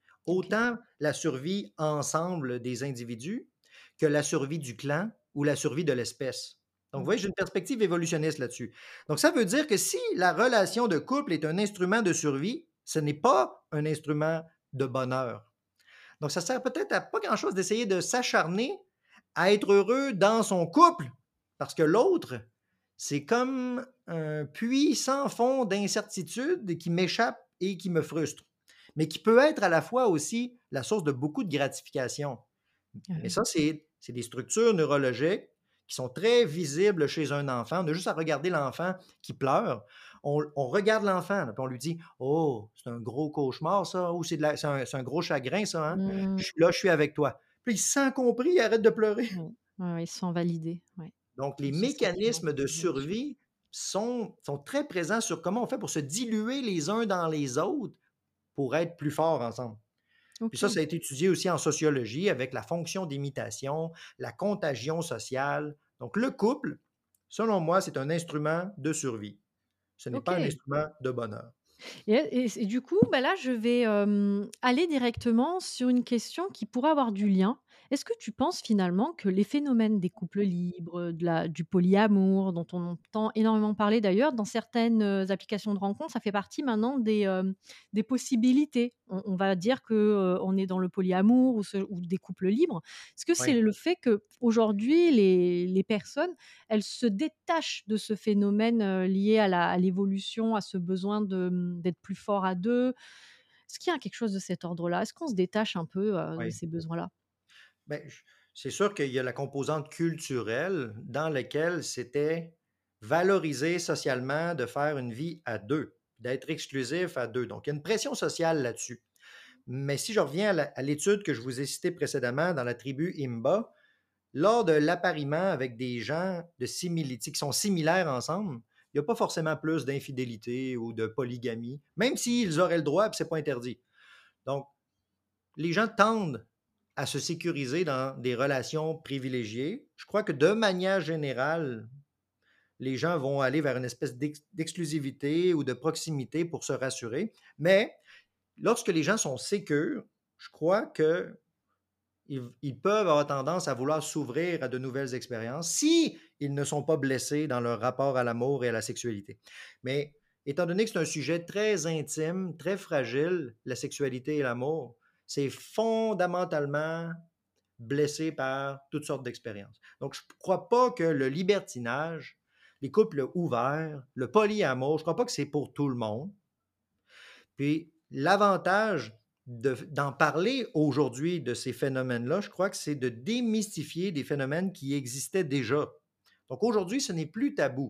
OK. Autant la survie ensemble des individus que la survie du clan ou la survie de l'espèce. Donc, vous Mmh. voyez, j'ai une perspective évolutionniste là-dessus. Donc, ça veut dire que si la relation de couple est un instrument de survie, ce n'est pas un instrument de bonheur. Donc, ça sert peut-être à pas grand-chose d'essayer de s'acharner à être heureux dans son couple, parce que l'autre, c'est comme un puits sans fond d'incertitude qui m'échappe et qui me frustre, mais qui peut être à la fois aussi la source de beaucoup de gratification. Ah Mais oui. ça, c'est c'est des structures neurologiques qui sont très visibles chez un enfant. On a juste à regarder l'enfant qui pleure. On, on regarde l'enfant, puis on lui dit: «Oh, c'est un gros cauchemar, ça, ou c'est de la- c'est un, c'est un gros chagrin, ça, hein? Mmh. Je suis là, je suis avec toi.» Puis il se sent compris, il arrête de pleurer. Oui. Ouais, ouais, ils se sentent validés, ouais. Donc, les Ce sentiment mécanismes de de validation. survie sont, sont très présents sur comment on fait pour se diluer les uns dans les autres pour être plus forts ensemble. Puis ça, OK. ça a été étudié aussi en sociologie avec la fonction d'imitation, la contagion sociale. Donc, le couple, selon moi, c'est un instrument de survie. Ce n'est pas un OK. instrument de bonheur. Et et et du coup, bah, là, je vais, hem, aller directement sur une question qui pourrait avoir du lien. Est-ce que tu penses finalement que les phénomènes des couples libres, de la du polyamour dont on entend énormément parler d'ailleurs dans certaines, heu, applications de rencontres, ça fait partie maintenant des, hem, des possibilités. On on va dire que, heu, on est dans le polyamour ou ce ou des couples libres. Est-ce que Oui, c'est le fait qu'aujourd'hui les les personnes, elles se détachent de ce phénomène, heu, lié à la à l'évolution, à ce besoin de, mmh, d'être plus fort à deux. Est-ce qu'il y a quelque chose de cet ordre-là? Est-ce qu'on se détache un peu, heu, de oui. ces besoins-là? Ben, j c'est sûr qu'il y a la composante culturelle dans laquelle c'était valorisé socialement de faire une vie à deux, d'être exclusif à deux. Donc, il y a une pression sociale là-dessus. Mais si je reviens à la à l'étude que je vous ai citée précédemment dans la tribu Imba, lors de l'appariement avec des gens de similitude qui sont similaires ensemble, il n'y a pas forcément plus d'infidélité ou de polygamie, même s'ils auraient le droit, puis c'est pas interdit. Donc, les gens tendent à se sécuriser dans des relations privilégiées. Je crois que de manière générale, les gens vont aller vers une espèce d'ex- d'exclusivité ou de proximité pour se rassurer. Mais lorsque les gens sont sécures, je crois que ils, ils peuvent avoir tendance à vouloir s'ouvrir à de nouvelles expériences si ils ne sont pas blessés dans leur rapport à l'amour et à la sexualité. Mais étant donné que c'est un sujet très intime, très fragile, la sexualité et l'amour, c'est fondamentalement blessé par toutes sortes d'expériences. Donc, je ne crois pas que le libertinage, les couples ouverts, le polyamour, je ne crois pas que c'est pour tout le monde. Puis l'avantage de- d'en parler aujourd'hui de ces phénomènes-là, je crois que c'est de démystifier des phénomènes qui existaient déjà. Donc aujourd'hui, ce n'est plus tabou,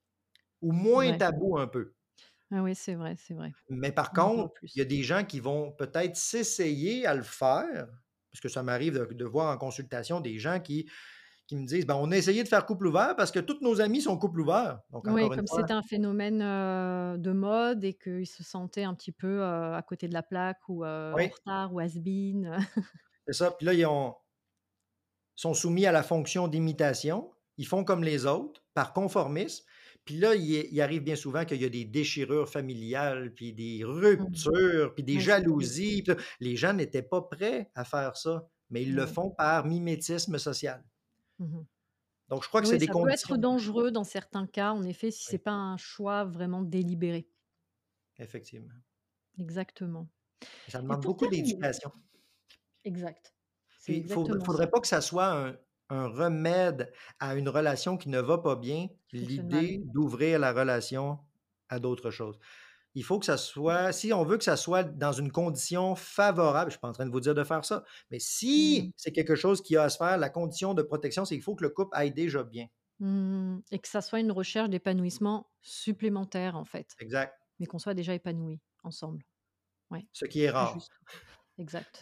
ou moins Ouais. tabou un peu. Ah oui, c'est vrai, c'est vrai. Mais par On en parle contre, il y plus. a des gens qui vont peut-être s'essayer à le faire, parce que ça m'arrive de, de voir en consultation des gens qui qui me disent: «Ben, on a essayé de faire couple ouvert parce que tous nos amis sont couple ouvert». Donc Oui, encore une comme fois c'était un phénomène, heu, de mode et qu'ils se sentaient un petit peu, heu, à côté de la plaque ou, heu, en oui, retard ou has-been. c'est ça. Puis là, ils ont sont soumis à la fonction d'imitation. Ils font comme les autres, par conformisme. Puis là, il il arrive bien souvent qu'il y a des déchirures familiales, puis des Mmh. ruptures, puis des Oui, c'est terrible. jalousies. Puis là, les gens n'étaient pas prêts à faire ça, mais ils le Oui. font par mimétisme social. Mmh. Donc je crois que c'est Oui, des ça peut être conditions. dangereux dans certains cas, en effet, si c'est Oui, pas un choix vraiment délibéré. effectivement. Exactement. Ça Et demande pour beaucoup terminer d'éducation. exact, c'est Puis il faudrait exactement faudrait ça, pas que ça soit un un remède à une relation qui ne va pas bien, qui fonctionne mal. l'idée d'ouvrir la relation à d'autres choses. Il faut que ça soit si on veut que ça soit dans une condition favorable, je suis pas en train de vous dire de faire ça, mais Mmh. si c'est quelque chose qui a à se faire, la condition de protection, c'est qu'il faut que le couple aille déjà bien. Mmh et que ça soit une recherche d'épanouissement supplémentaire, en fait, Exact. mais qu'on soit déjà épanouis ensemble. Ouais, Ce qui est très rare. juste. Exact.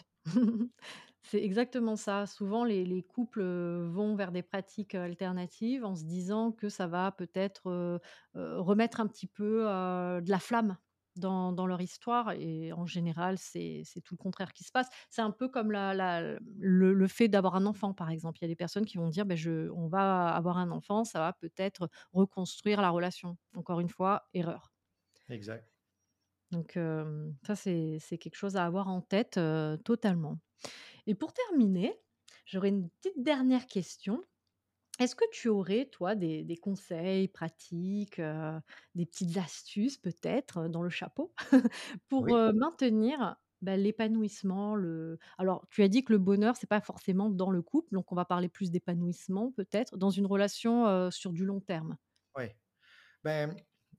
C'est exactement ça. Souvent, les les couples, heu, vont vers des pratiques, heu, alternatives en se disant que ça va peut-être, heu heu, remettre un petit peu, heu, de la flamme dans dans leur histoire et en général, c'est c'est tout le contraire qui se passe. C'est un peu comme la la le le fait d'avoir un enfant, par exemple. Il y a des personnes qui vont dire: ben je on va avoir un enfant, ça va peut-être reconstruire la relation». Encore une fois, erreur. Exact. Donc hem, ça, c'est c'est quelque chose à avoir en tête, heu, totalement. Et pour terminer, j'aurais une petite dernière question. Est-ce que tu aurais, toi, des des conseils pratiques, heu, des petites astuces peut-être, heu, dans le chapeau pour, Oui. heu, maintenir, bah, l'épanouissement, le alors tu as dit que le bonheur, c'est pas forcément dans le couple, donc on va parler plus d'épanouissement peut-être dans une relation, heu, sur du long terme? Oui. Ben,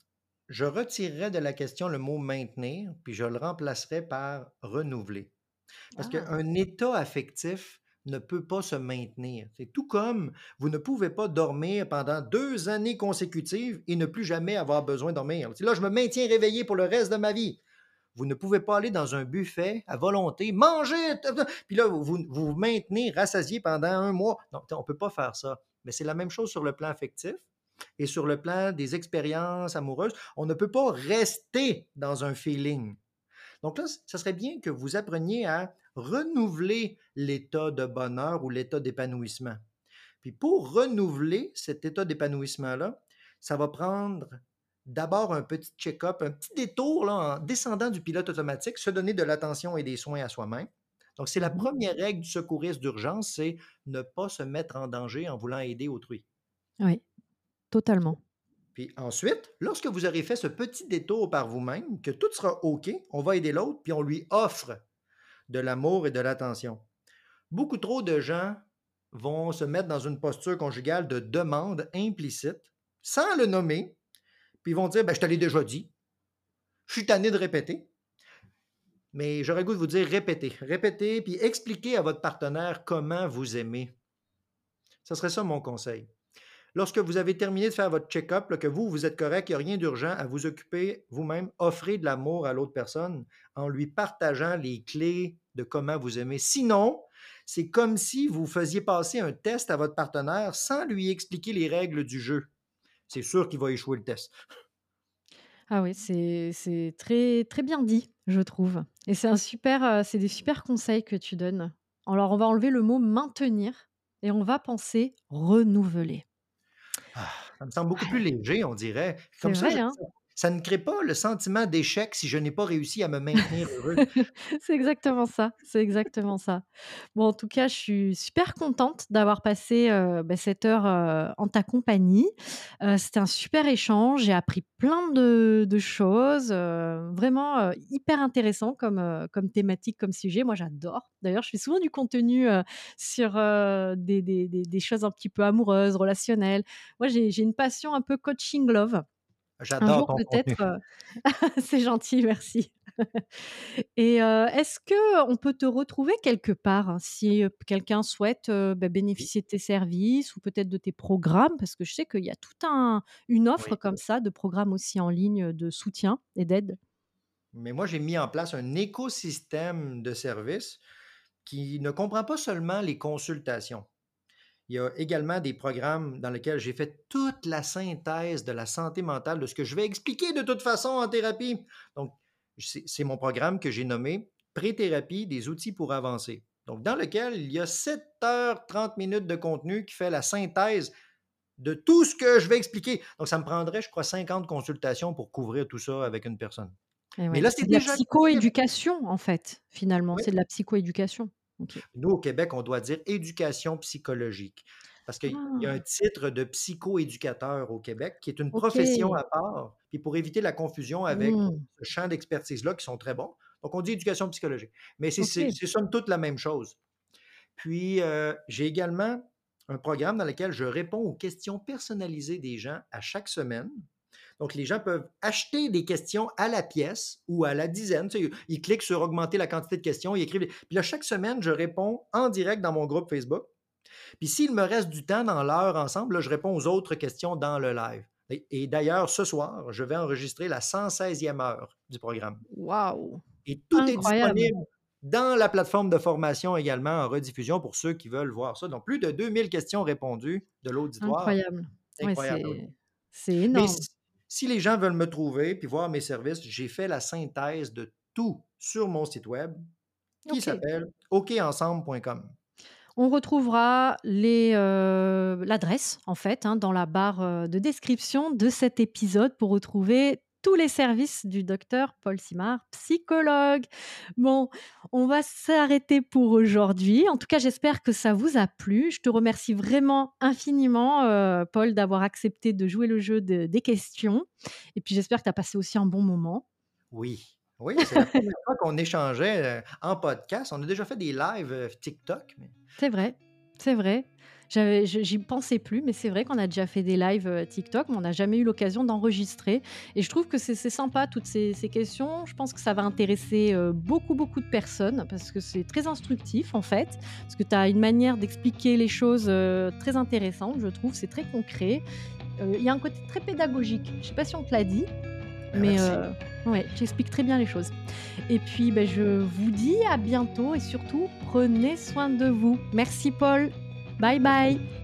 je retirerais de la question le mot «maintenir», puis je le remplacerais par «renouveler». Parce Ah! qu'un état affectif ne peut pas se maintenir. C'est tout comme vous ne pouvez pas dormir pendant deux années consécutives et ne plus jamais avoir besoin de dormir. Tu sais, là, je me maintiens réveillé pour le reste de ma vie. Vous ne pouvez pas aller dans un buffet à volonté, manger, t- t- puis là, vous vous vous maintenez rassasié pendant un mois. Non, on ne peut pas faire ça. Mais c'est la même chose sur le plan affectif et sur le plan des expériences amoureuses. On ne peut pas rester dans un feeling. Donc là, ça serait bien que vous appreniez à renouveler l'état de bonheur ou l'état d'épanouissement. Puis pour renouveler cet état d'épanouissement-là, ça va prendre d'abord un petit check-up, un petit détour là, en descendant du pilote automatique, se donner de l'attention et des soins à soi-même. Donc, c'est la Mmh. première règle du secouriste d'urgence, c'est ne pas se mettre en danger en voulant aider autrui. Oui, totalement. Puis ensuite, lorsque vous aurez fait ce petit détour par vous-même, que tout sera OK, on va aider l'autre, puis on lui offre de l'amour et de l'attention. Beaucoup trop de gens vont se mettre dans une posture conjugale de demande implicite, sans le nommer, puis ils vont dire, ben, je te l'ai déjà dit, je suis tanné de répéter, mais j'aurais le goût de vous dire, répétez, répétez, puis expliquez à votre partenaire comment vous aimez. Ce serait ça mon conseil. Lorsque vous avez terminé de faire votre check-up, là, que vous, vous êtes correct, il n'y a rien d'urgent à vous occuper vous-même, offrez de l'amour à l'autre personne en lui partageant les clés de comment vous aimez. Sinon, c'est comme si vous faisiez passer un test à votre partenaire sans lui expliquer les règles du jeu. C'est sûr qu'il va échouer le test. Ah oui, c'est c'est très très bien dit, je trouve et c'est un super, heu, c'est des super conseils que tu donnes. Alors on va enlever le mot «maintenir» et on va penser «renouveler». Ah, ça me semble beaucoup plus Ouais, léger, on dirait. c'est Comme ça, je- vrai, hein? ça, ça ne crée pas le sentiment d'échec si je n'ai pas réussi à me maintenir heureux. C'est exactement ça, c'est exactement ça. Bon, en tout cas, je suis super contente d'avoir passé, heu, bah, cette heure, heu, en ta compagnie. Heu, c'était un super échange, j'ai appris plein de de choses, heu, vraiment, heu, hyper intéressant comme, heu, comme thématique, comme sujet. Moi, j'adore. D'ailleurs, je fais souvent du contenu, heu, sur, heu, des des des des choses un petit peu amoureuses, relationnelles. Moi, j'ai j'ai une passion un peu coaching love. Un J'adore jour ton peut-être, contenu. heu c'est gentil, merci. Et heu, est-ce qu'on peut te retrouver quelque part, hein, si, heu, quelqu'un souhaite, heu, bah, Oui, bénéficier de tes services ou peut-être de tes programmes? Parce que je sais qu'il y a tout un une offre oui. comme ça de programmes aussi en ligne, de soutien et d'aide. Mais moi, j'ai mis en place un écosystème de services qui ne comprend pas seulement les consultations. Il y a également des programmes dans lesquels j'ai fait toute la synthèse de la santé mentale, de ce que je vais expliquer de toute façon en thérapie. Donc, c'est c'est mon programme que j'ai nommé Pré-thérapie, des outils pour avancer. Donc, dans lequel il y a sept heures trente minutes de contenu qui fait la synthèse de tout ce que je vais expliquer. Donc, ça me prendrait, je crois, cinquante consultations pour couvrir tout ça avec une personne. Et Mais ouais, là, c'est c'est de la déjà accessible. psychoéducation, en fait, finalement, Oui. c'est de la psychoéducation. OK. Nous, au Québec, on doit dire éducation psychologique. Parce qu'il y a un Ah! titre de psychoéducateur au Québec qui est une profession OK. à part. Puis pour éviter la confusion avec Mmh. ce champ d'expertise-là, qui sont très bons, donc on dit éducation psychologique. Mais c'est c'est OK. c'est somme toute la même chose. Puis, heu, j'ai également un programme dans lequel je réponds aux questions personnalisées des gens à chaque semaine. Donc, les gens peuvent acheter des questions à la pièce ou à la dizaine. Tu sais, ils cliquent sur augmenter la quantité de questions, ils écrivent. Puis là, chaque semaine, je réponds en direct dans mon groupe Facebook. Puis s'il me reste du temps dans l'heure ensemble, là, je réponds aux autres questions dans le live. Et, et d'ailleurs, ce soir, je vais enregistrer la cent seizième heure du programme. Waouh! Et tout est Incroyable! disponible dans la plateforme de formation également en rediffusion pour ceux qui veulent voir ça. Donc, plus de deux mille questions répondues de l'auditoire. Incroyable. C'est Ouais, incroyable. c'est c'est Mais énorme. si si les gens veulent me trouver puis voir mes services, j'ai fait la synthèse de tout sur mon site web qui OK. s'appelle okensemble point com. On retrouvera les, heu, l'adresse, en fait, hein, dans la barre, heu, de description de cet épisode pour retrouver tous les services du docteur Paul Simard, psychologue. Bon, on va s'arrêter pour aujourd'hui. En tout cas, j'espère que ça vous a plu. Je te remercie vraiment infiniment, heu, Paul, d'avoir accepté de jouer le jeu de des questions et puis j'espère que tu as passé aussi un bon moment. Oui, oui, c'est la première fois qu'on échangeait, heu, en podcast. On a déjà fait des lives, heu, TikTok, mais C'est vrai, c'est vrai. J'avais je j'y pensais plus, mais c'est vrai qu'on a déjà fait des lives, heu, TikTok, mais on n'a jamais eu l'occasion d'enregistrer et je trouve que c'est c'est sympa toutes ces ces questions. Je pense que ça va intéresser, heu, beaucoup, beaucoup de personnes parce que c'est très instructif, en fait, parce que tu as une manière d'expliquer les choses, heu, très intéressante, je trouve. C'est très concret. Heu, il y a un côté très pédagogique. Je sais pas si on te l'a dit, ben, mais merci. heu, ouais, tu expliques très bien les choses. Et puis, beh, je vous dis à bientôt et surtout prenez soin de vous. Merci Paul. Bye Merci. bye.